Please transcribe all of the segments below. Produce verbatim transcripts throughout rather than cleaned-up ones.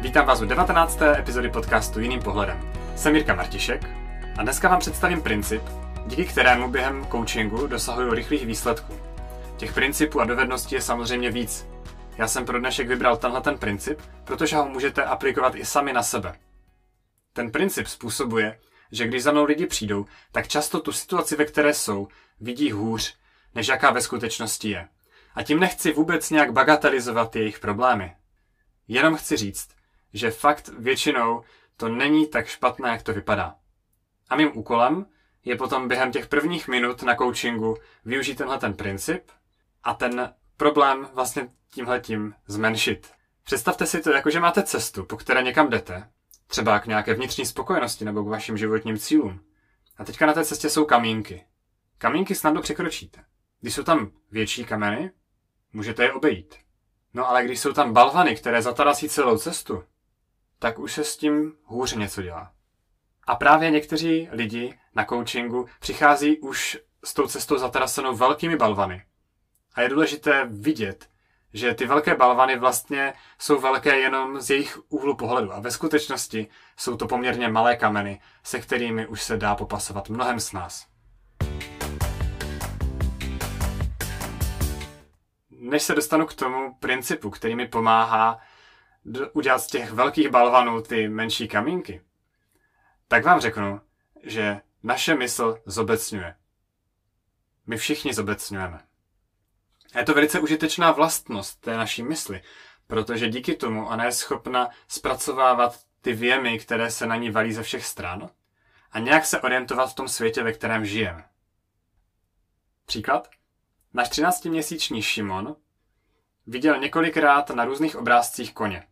Vítám vás u devatenácté epizody podcastu Jiným pohledem. Jsem Jirka Martišek a dneska vám představím princip, díky kterému během coachingu dosahuju rychlých výsledků. Těch principů a dovedností je samozřejmě víc. Já jsem pro dnešek vybral tenhle ten princip, protože ho můžete aplikovat i sami na sebe. Ten princip způsobuje, že když za mnou lidi přijdou, tak často tu situaci, ve které jsou, vidí hůř, než jaká ve skutečnosti je. A tím nechci vůbec nějak bagatelizovat jejich problémy. Jenom chci říct, že fakt většinou to není tak špatné, jak to vypadá. A mým úkolem je potom během těch prvních minut na coachingu využít tenhle ten princip a ten problém vlastně tímhletím zmenšit. Představte si to jako, že máte cestu, po které někam jdete, třeba k nějaké vnitřní spokojenosti nebo k vašim životním cílům. A teďka na té cestě jsou kamínky. Kamínky snadno překročíte. Když jsou tam větší kameny, můžete je obejít. No ale když jsou tam balvany, které zatarasí celou cestu, tak už se s tím hůř něco dělá. A právě někteří lidi na coachingu přichází už s tou cestou zatarasenou velkými balvany. A je důležité vidět, že ty velké balvany vlastně jsou velké jenom z jejich úhlu pohledu. A ve skutečnosti jsou to poměrně malé kameny, se kterými už se dá popasovat mnohem snáz. Než se dostanu k tomu principu, který mi pomáhá udělat z těch velkých balvanů ty menší kamínky, tak vám řeknu, že naše mysl zobecňuje. My všichni zobecňujeme. A je to velice užitečná vlastnost té naší mysli, protože díky tomu ona je schopna zpracovávat ty věmy, které se na ní valí ze všech stran a nějak se orientovat v tom světě, ve kterém žijeme. Příklad? Náš třináctiměsíční Šimon viděl několikrát na různých obrázcích koně.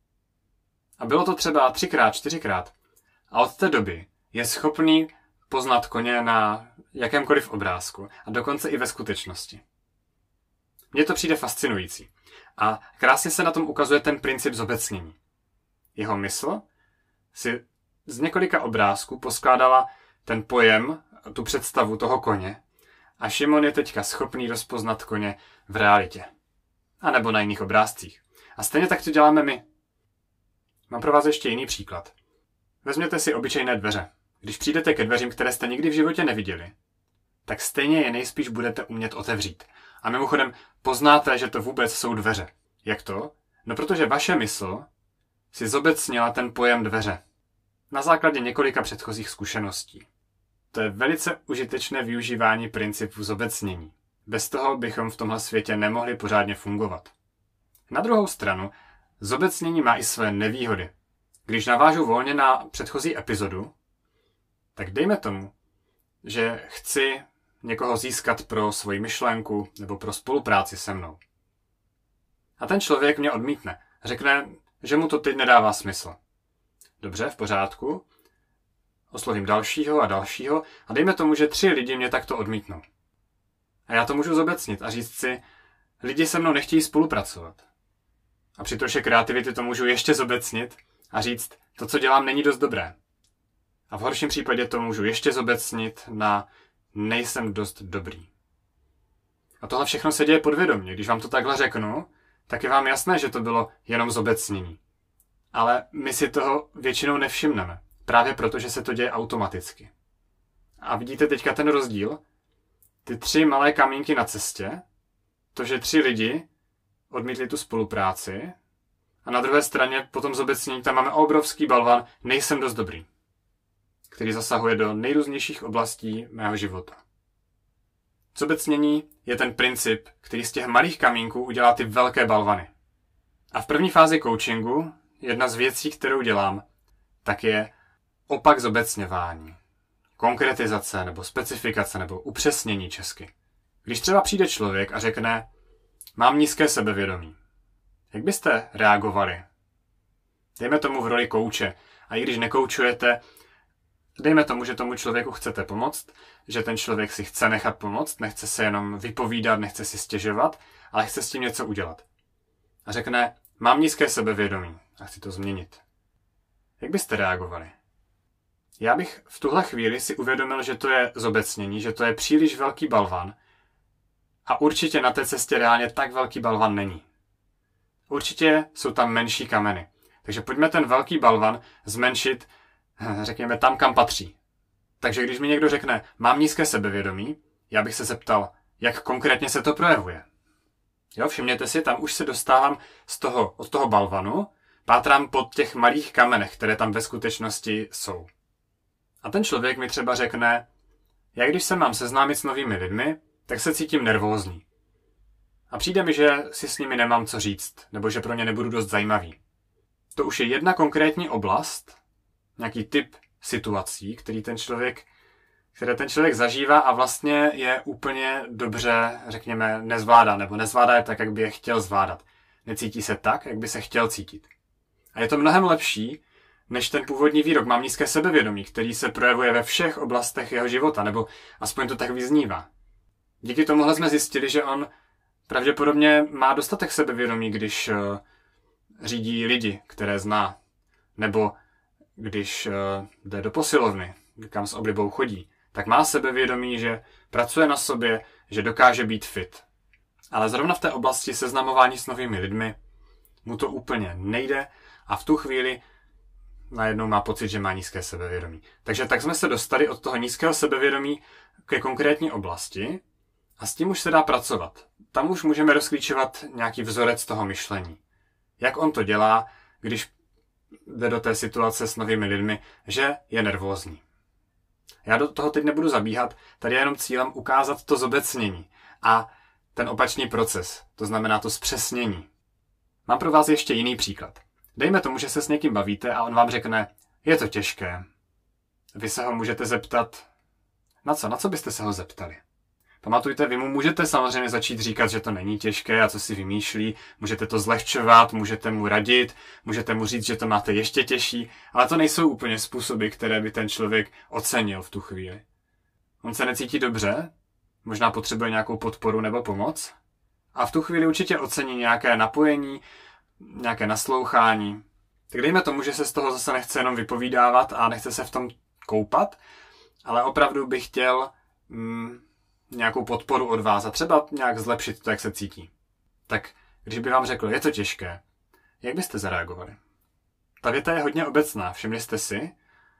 A bylo to třeba třikrát, čtyřikrát. A od té doby je schopný poznat koně na jakémkoliv obrázku a dokonce i ve skutečnosti. Mně to přijde fascinující. A krásně se na tom ukazuje ten princip zobecnění. Jeho mysl si z několika obrázků poskládala ten pojem, tu představu toho koně, a Šimon je teďka schopný rozpoznat koně v realitě. A nebo na jiných obrázcích. A stejně tak to děláme my. Mám pro vás ještě jiný příklad. Vezměte si obyčejné dveře. Když přijdete ke dveřím, které jste nikdy v životě neviděli, tak stejně je nejspíš budete umět otevřít. A mimochodem poznáte, že to vůbec jsou dveře. Jak to? No protože vaše mysl si zobecnila ten pojem dveře. Na základě několika předchozích zkušeností. To je velice užitečné využívání principu zobecnění. Bez toho bychom v tomhle světě nemohli pořádně fungovat. Na druhou stranu, zobecnění má i své nevýhody. Když navážu volně na předchozí epizodu, tak dejme tomu, že chci někoho získat pro svoji myšlenku nebo pro spolupráci se mnou. A ten člověk mě odmítne. Řekne, že mu to teď nedává smysl. Dobře, v pořádku. Oslovím dalšího a dalšího a dejme tomu, že tři lidi mě takto odmítnou. A já to můžu zobecnit a říct si, lidi se mnou nechtějí spolupracovat. A při troše kreativity to můžu ještě zobecnit a říct, to, co dělám, není dost dobré. A v horším případě to můžu ještě zobecnit na nejsem dost dobrý. A tohle všechno se děje podvědomě. Když vám to takhle řeknu, tak je vám jasné, že to bylo jenom zobecnění. Ale my si toho většinou nevšimneme. Právě proto, že se to děje automaticky. A vidíte teďka ten rozdíl? Ty tři malé kamínky na cestě, to, že tři lidi odmítli tu spolupráci a na druhé straně potom zobecnění tam máme obrovský balvan nejsem dost dobrý, který zasahuje do nejrůznějších oblastí mého života. Zobecnění je ten princip, který z těch malých kamínků udělá ty velké balvany. A v první fázi coachingu jedna z věcí, kterou dělám, tak je opak zobecňování. Konkretizace nebo specifikace nebo upřesnění česky. Když třeba přijde člověk a řekne, mám nízké sebevědomí. Jak byste reagovali? Dejme tomu v roli kouče. A i když nekoučujete, dejme tomu, že tomu člověku chcete pomoct, že ten člověk si chce nechat pomoct, nechce se jenom vypovídat, nechce si stěžovat, ale chce s tím něco udělat. A řekne, mám nízké sebevědomí a chci to změnit. Jak byste reagovali? Já bych v tuhle chvíli si uvědomil, že to je zobecnění, že to je příliš velký balvan a určitě na té cestě reálně tak velký balvan není. Určitě jsou tam menší kameny. Takže pojďme ten velký balvan zmenšit, řekněme, tam, kam patří. Takže když mi někdo řekne, mám nízké sebevědomí, já bych se zeptal, jak konkrétně se to projevuje. Jo, všimněte si, tam už se dostávám z toho, od toho balvanu, pátrám po těch malých kamenech, které tam ve skutečnosti jsou. A ten člověk mi třeba řekne, já když se mám seznámit s novými lidmi, tak se cítím nervózní. A přijde mi, že si s nimi nemám co říct, nebo že pro ně nebudu dost zajímavý. To už je jedna konkrétní oblast, nějaký typ situací, který ten člověk, které ten člověk zažívá a vlastně je úplně dobře, řekněme, nezvládá, nebo nezvládá je tak, jak by je chtěl zvládat. Necítí se tak, jak by se chtěl cítit. A je to mnohem lepší, než ten původní výrok mám nízké sebevědomí, který se projevuje ve všech oblastech jeho života, nebo aspoň to tak vyznívá. Díky tomuhle jsme zjistili, že on pravděpodobně má dostatek sebevědomí, když uh, řídí lidi, které zná, nebo když uh, jde do posilovny, kam s oblibou chodí, tak má sebevědomí, že pracuje na sobě, že dokáže být fit. Ale zrovna v té oblasti seznamování s novými lidmi mu to úplně nejde a v tu chvíli najednou má pocit, že má nízké sebevědomí. Takže tak jsme se dostali od toho nízkého sebevědomí ke konkrétní oblasti a s tím už se dá pracovat. Tam už můžeme rozklíčovat nějaký vzorec toho myšlení. Jak on to dělá, když jde do té situace s novými lidmi, že je nervózní. Já do toho teď nebudu zabíhat, tady je jenom cílem ukázat to zobecnění a ten opačný proces, to znamená to zpřesnění. Mám pro vás ještě jiný příklad. Dejme tomu, že se s někým bavíte a on vám řekne, je to těžké. Vy se ho můžete zeptat, na co, na co byste se ho zeptali? Pamatujte, vy mu můžete samozřejmě začít říkat, že to není těžké a co si vymýšlí, můžete to zlehčovat, můžete mu radit, můžete mu říct, že to máte ještě těžší, ale to nejsou úplně způsoby, které by ten člověk ocenil v tu chvíli. On se necítí dobře, možná potřebuje nějakou podporu nebo pomoc a v tu chvíli určitě ocení nějaké napojení, nějaké naslouchání. Tak dejme tomu, že se z toho zase nechce jenom vypovídávat a nechce se v tom koupat, ale opravdu bych chtěl mm, nějakou podporu od vás a třeba nějak zlepšit to, jak se cítí. Tak když by vám řekl, je to těžké, jak byste zareagovali? Ta věta je hodně obecná, všimli jste si?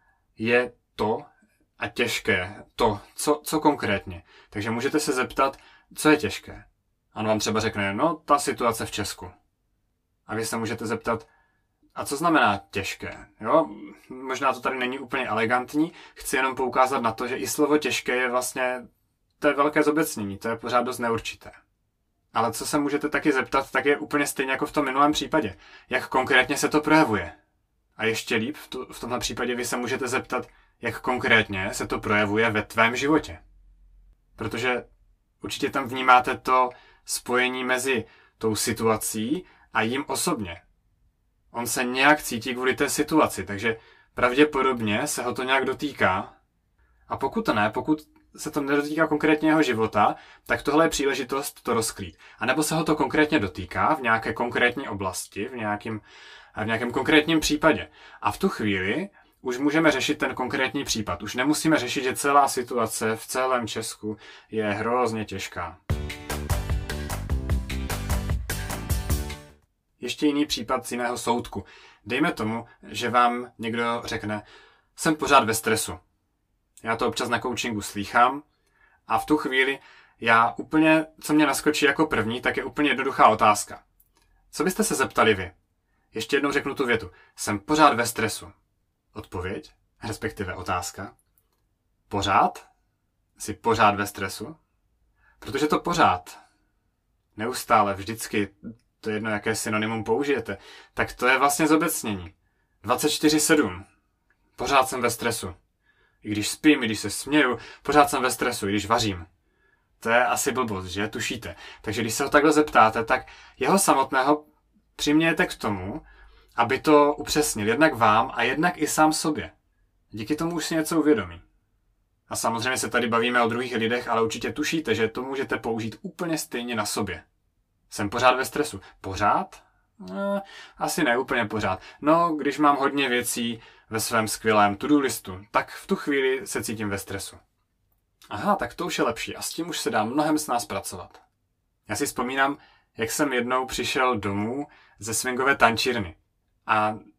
Je to a těžké, to, co, co konkrétně. Takže můžete se zeptat, co je těžké. A on vám třeba řekne, no ta situace v Česku. A vy se můžete zeptat, a co znamená těžké? Jo? Možná to tady není úplně elegantní, chci jenom poukázat na to, že i slovo těžké je vlastně, to je velké zobecnění, to je pořád dost neurčité. Ale co se můžete taky zeptat, tak je úplně stejně jako v tom minulém případě. Jak konkrétně se to projevuje? A ještě líp, v, tu, v tomhle případě vy se můžete zeptat, jak konkrétně se to projevuje ve tvém životě. Protože určitě tam vnímáte to spojení mezi tou situací a jím osobně. On se nějak cítí kvůli té situaci, takže pravděpodobně se ho to nějak dotýká. A pokud to ne, pokud se to nedotýká konkrétně jeho života, tak tohle je příležitost to rozkrýt. A nebo se ho to konkrétně dotýká v nějaké konkrétní oblasti, v nějakém, v nějakém konkrétním případě. A v tu chvíli už můžeme řešit ten konkrétní případ. Už nemusíme řešit, že celá situace v celém Česku je hrozně těžká. Ještě jiný případ z jiného soudku. Dejme tomu, že vám někdo řekne, jsem pořád ve stresu. Já to občas na coachingu slýchám a v tu chvíli já úplně, co mě naskočí jako první, tak je úplně jednoduchá otázka. Co byste se zeptali vy? Ještě jednou řeknu tu větu. Jsem pořád ve stresu. Odpověď, respektive otázka. Pořád? Jsi pořád ve stresu? Protože to pořád, neustále, vždycky, to je jedno, jaké synonymum použijete, tak to je vlastně zobecnění. dvacet čtyři sedm. Pořád jsem ve stresu. I když spím, i když se směju, pořád jsem ve stresu, i když vařím. To je asi blbost, že? Tušíte. Takže když se ho takhle zeptáte, tak jeho samotného přimějete k tomu, aby to upřesnil jednak vám a jednak i sám sobě. Díky tomu už si něco uvědomí. A samozřejmě se tady bavíme o druhých lidech, ale určitě tušíte, že to můžete použít úplně stejně na sobě. Jsem pořád ve stresu. Pořád? No, asi ne úplně pořád. No, když mám hodně věcí ve svém skvělém to-do listu, tak v tu chvíli se cítím ve stresu. Aha, tak to už je lepší a s tím už se dá mnohem s nás pracovat. Já si vzpomínám, jak jsem jednou přišel domů ze swingové tančírny. A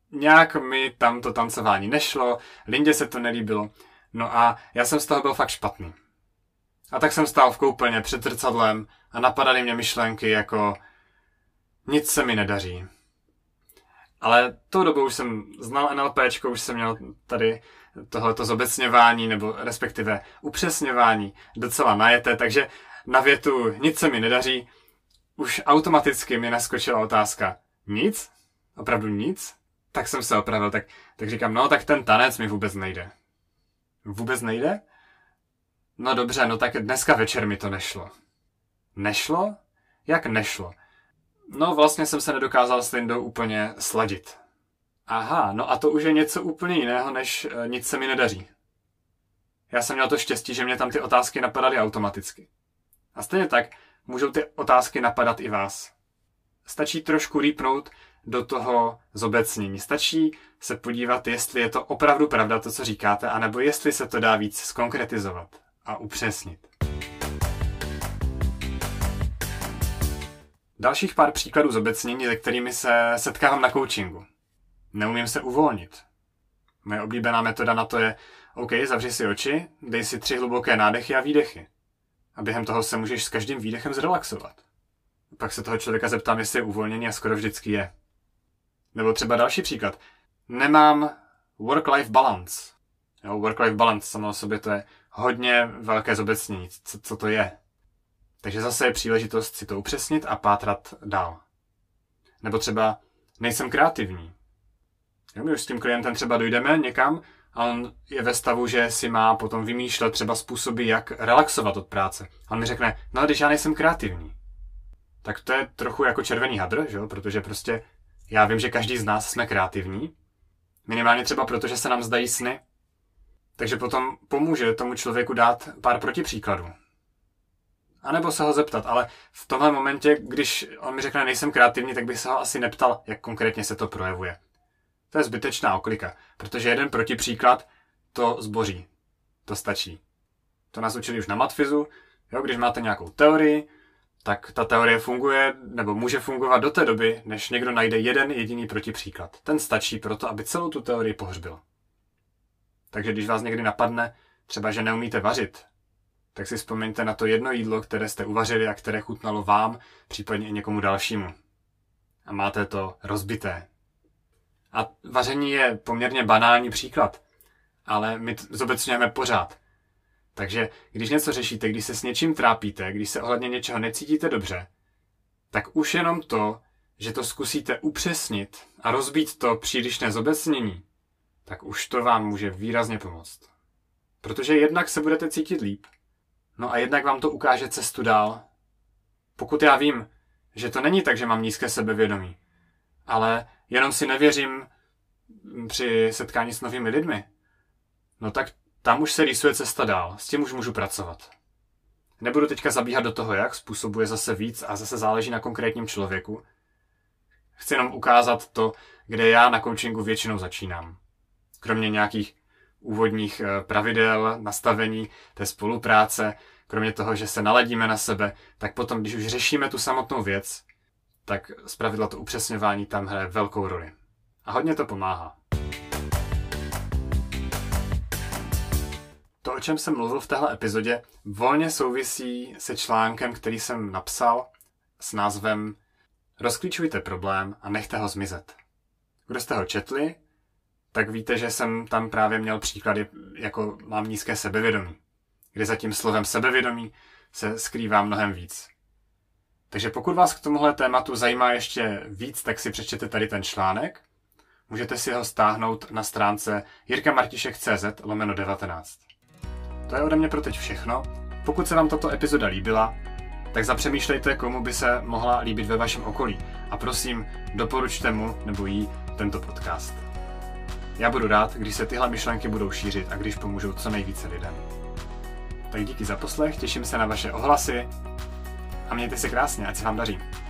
nějak mi tam to tancování nešlo, Lindě se to nelíbilo, no a já jsem z toho byl fakt špatný. A tak jsem stál v koupelně před zrcadlem a napadaly mě myšlenky jako nic se mi nedaří. Ale tou dobou už jsem znal NLPčko, už jsem měl tady tohleto zobecňování, nebo respektive upřesňování docela najeté, takže na větu nic se mi nedaří, už automaticky mi naskočila otázka nic? Opravdu nic? Tak jsem se opravil, tak, tak říkám, no tak ten tanec mi vůbec nejde. Vůbec nejde? No dobře, no tak dneska večer mi to nešlo. Nešlo? Jak nešlo? No vlastně jsem se nedokázal s Lindou úplně sladit. Aha, no a to už je něco úplně jiného, než e, nic se mi nedaří. Já jsem měl to štěstí, že mě tam ty otázky napadaly automaticky. A stejně tak můžou ty otázky napadat i vás. Stačí trošku rýpnout do toho zobecnění. Stačí se podívat, jestli je to opravdu pravda, to, co říkáte, anebo jestli se to dá víc zkonkretizovat a upřesnit. Dalších pár příkladů zobecnění, se kterými se setkávám na coachingu. Neumím se uvolnit. Moje oblíbená metoda na to je OK, zavři si oči, dej si tři hluboké nádechy a výdechy. A během toho se můžeš s každým výdechem zrelaxovat. Pak se toho člověka zeptám, jestli je uvolněný a skoro vždycky je. Nebo třeba další příklad. Nemám work-life balance. Jo, work-life balance samo o sobě to je hodně velké zobecnění. Co, co to je? Takže zase je příležitost si to upřesnit a pátrat dál. Nebo třeba nejsem kreativní. Jo, my už s tím klientem třeba dojdeme někam a on je ve stavu, že si má potom vymýšlet třeba způsoby, jak relaxovat od práce. A on mi řekne, no když já nejsem kreativní. Tak to je trochu jako červený hadr, že jo? Protože prostě já vím, že každý z nás jsme kreativní. Minimálně třeba proto, že se nám zdají sny. Takže potom pomůže tomu člověku dát pár protipříkladů. A nebo se ho zeptat, ale v tomhle momentě, když on mi řekne, nejsem kreativní, tak bych se ho asi neptal, jak konkrétně se to projevuje. To je zbytečná oklika, protože jeden protipříklad to zboří. To stačí. To nás učili už na matfizu, jo, když máte nějakou teorii, tak ta teorie funguje, nebo může fungovat do té doby, než někdo najde jeden jediný protipříklad. Ten stačí proto, aby celou tu teorii pohřbil. Takže když vás někdy napadne, třeba že neumíte vařit, tak si vzpomeňte na to jedno jídlo, které jste uvařili a které chutnalo vám, případně i někomu dalšímu. A máte to rozbité. A vaření je poměrně banální příklad, ale my zobecňujeme pořád. Takže když něco řešíte, když se s něčím trápíte, když se ohledně něčeho necítíte dobře, tak už jenom to, že to zkusíte upřesnit a rozbít to přílišné zobecnění, tak už to vám může výrazně pomoct. Protože jednak se budete cítit líp, no a jednak vám to ukáže cestu dál. Pokud já vím, že to není tak, že mám nízké sebevědomí, ale jenom si nevěřím při setkání s novými lidmi, no tak tam už se rýsuje cesta dál, s tím už můžu pracovat. Nebudu teďka zabíhat do toho, jak způsobuje zase víc a zase záleží na konkrétním člověku. Chci jenom ukázat to, kde já na coachingu většinou začínám. Kromě nějakých úvodních pravidel, nastavení té spolupráce, kromě toho, že se naladíme na sebe, tak potom, když už řešíme tu samotnou věc, tak zpravidla to upřesňování tam hraje velkou roli. A hodně to pomáhá. To, o čem jsem mluvil v téhle epizodě, volně souvisí se článkem, který jsem napsal s názvem Rozklíčujte problém a nechte ho zmizet. Kdo jste ho četli, tak víte, že jsem tam právě měl příklady, jako mám nízké sebevědomí, kde za tím slovem sebevědomí se skrývá mnohem víc. Takže pokud vás k tomuhle tématu zajímá ještě víc, tak si přečtěte tady ten článek. Můžete si ho stáhnout na stránce jirkamartišek.cz lomeno devatenáct. To je ode mě pro teď všechno. Pokud se vám tato epizoda líbila, tak zapřemýšlejte, komu by se mohla líbit ve vašem okolí. A prosím, doporučte mu nebo jí tento podcast. Já budu rád, když se tyhle myšlenky budou šířit a když pomůžou co nejvíce lidem. Tak díky za poslech, těším se na vaše ohlasy a mějte se krásně, ať se vám daří.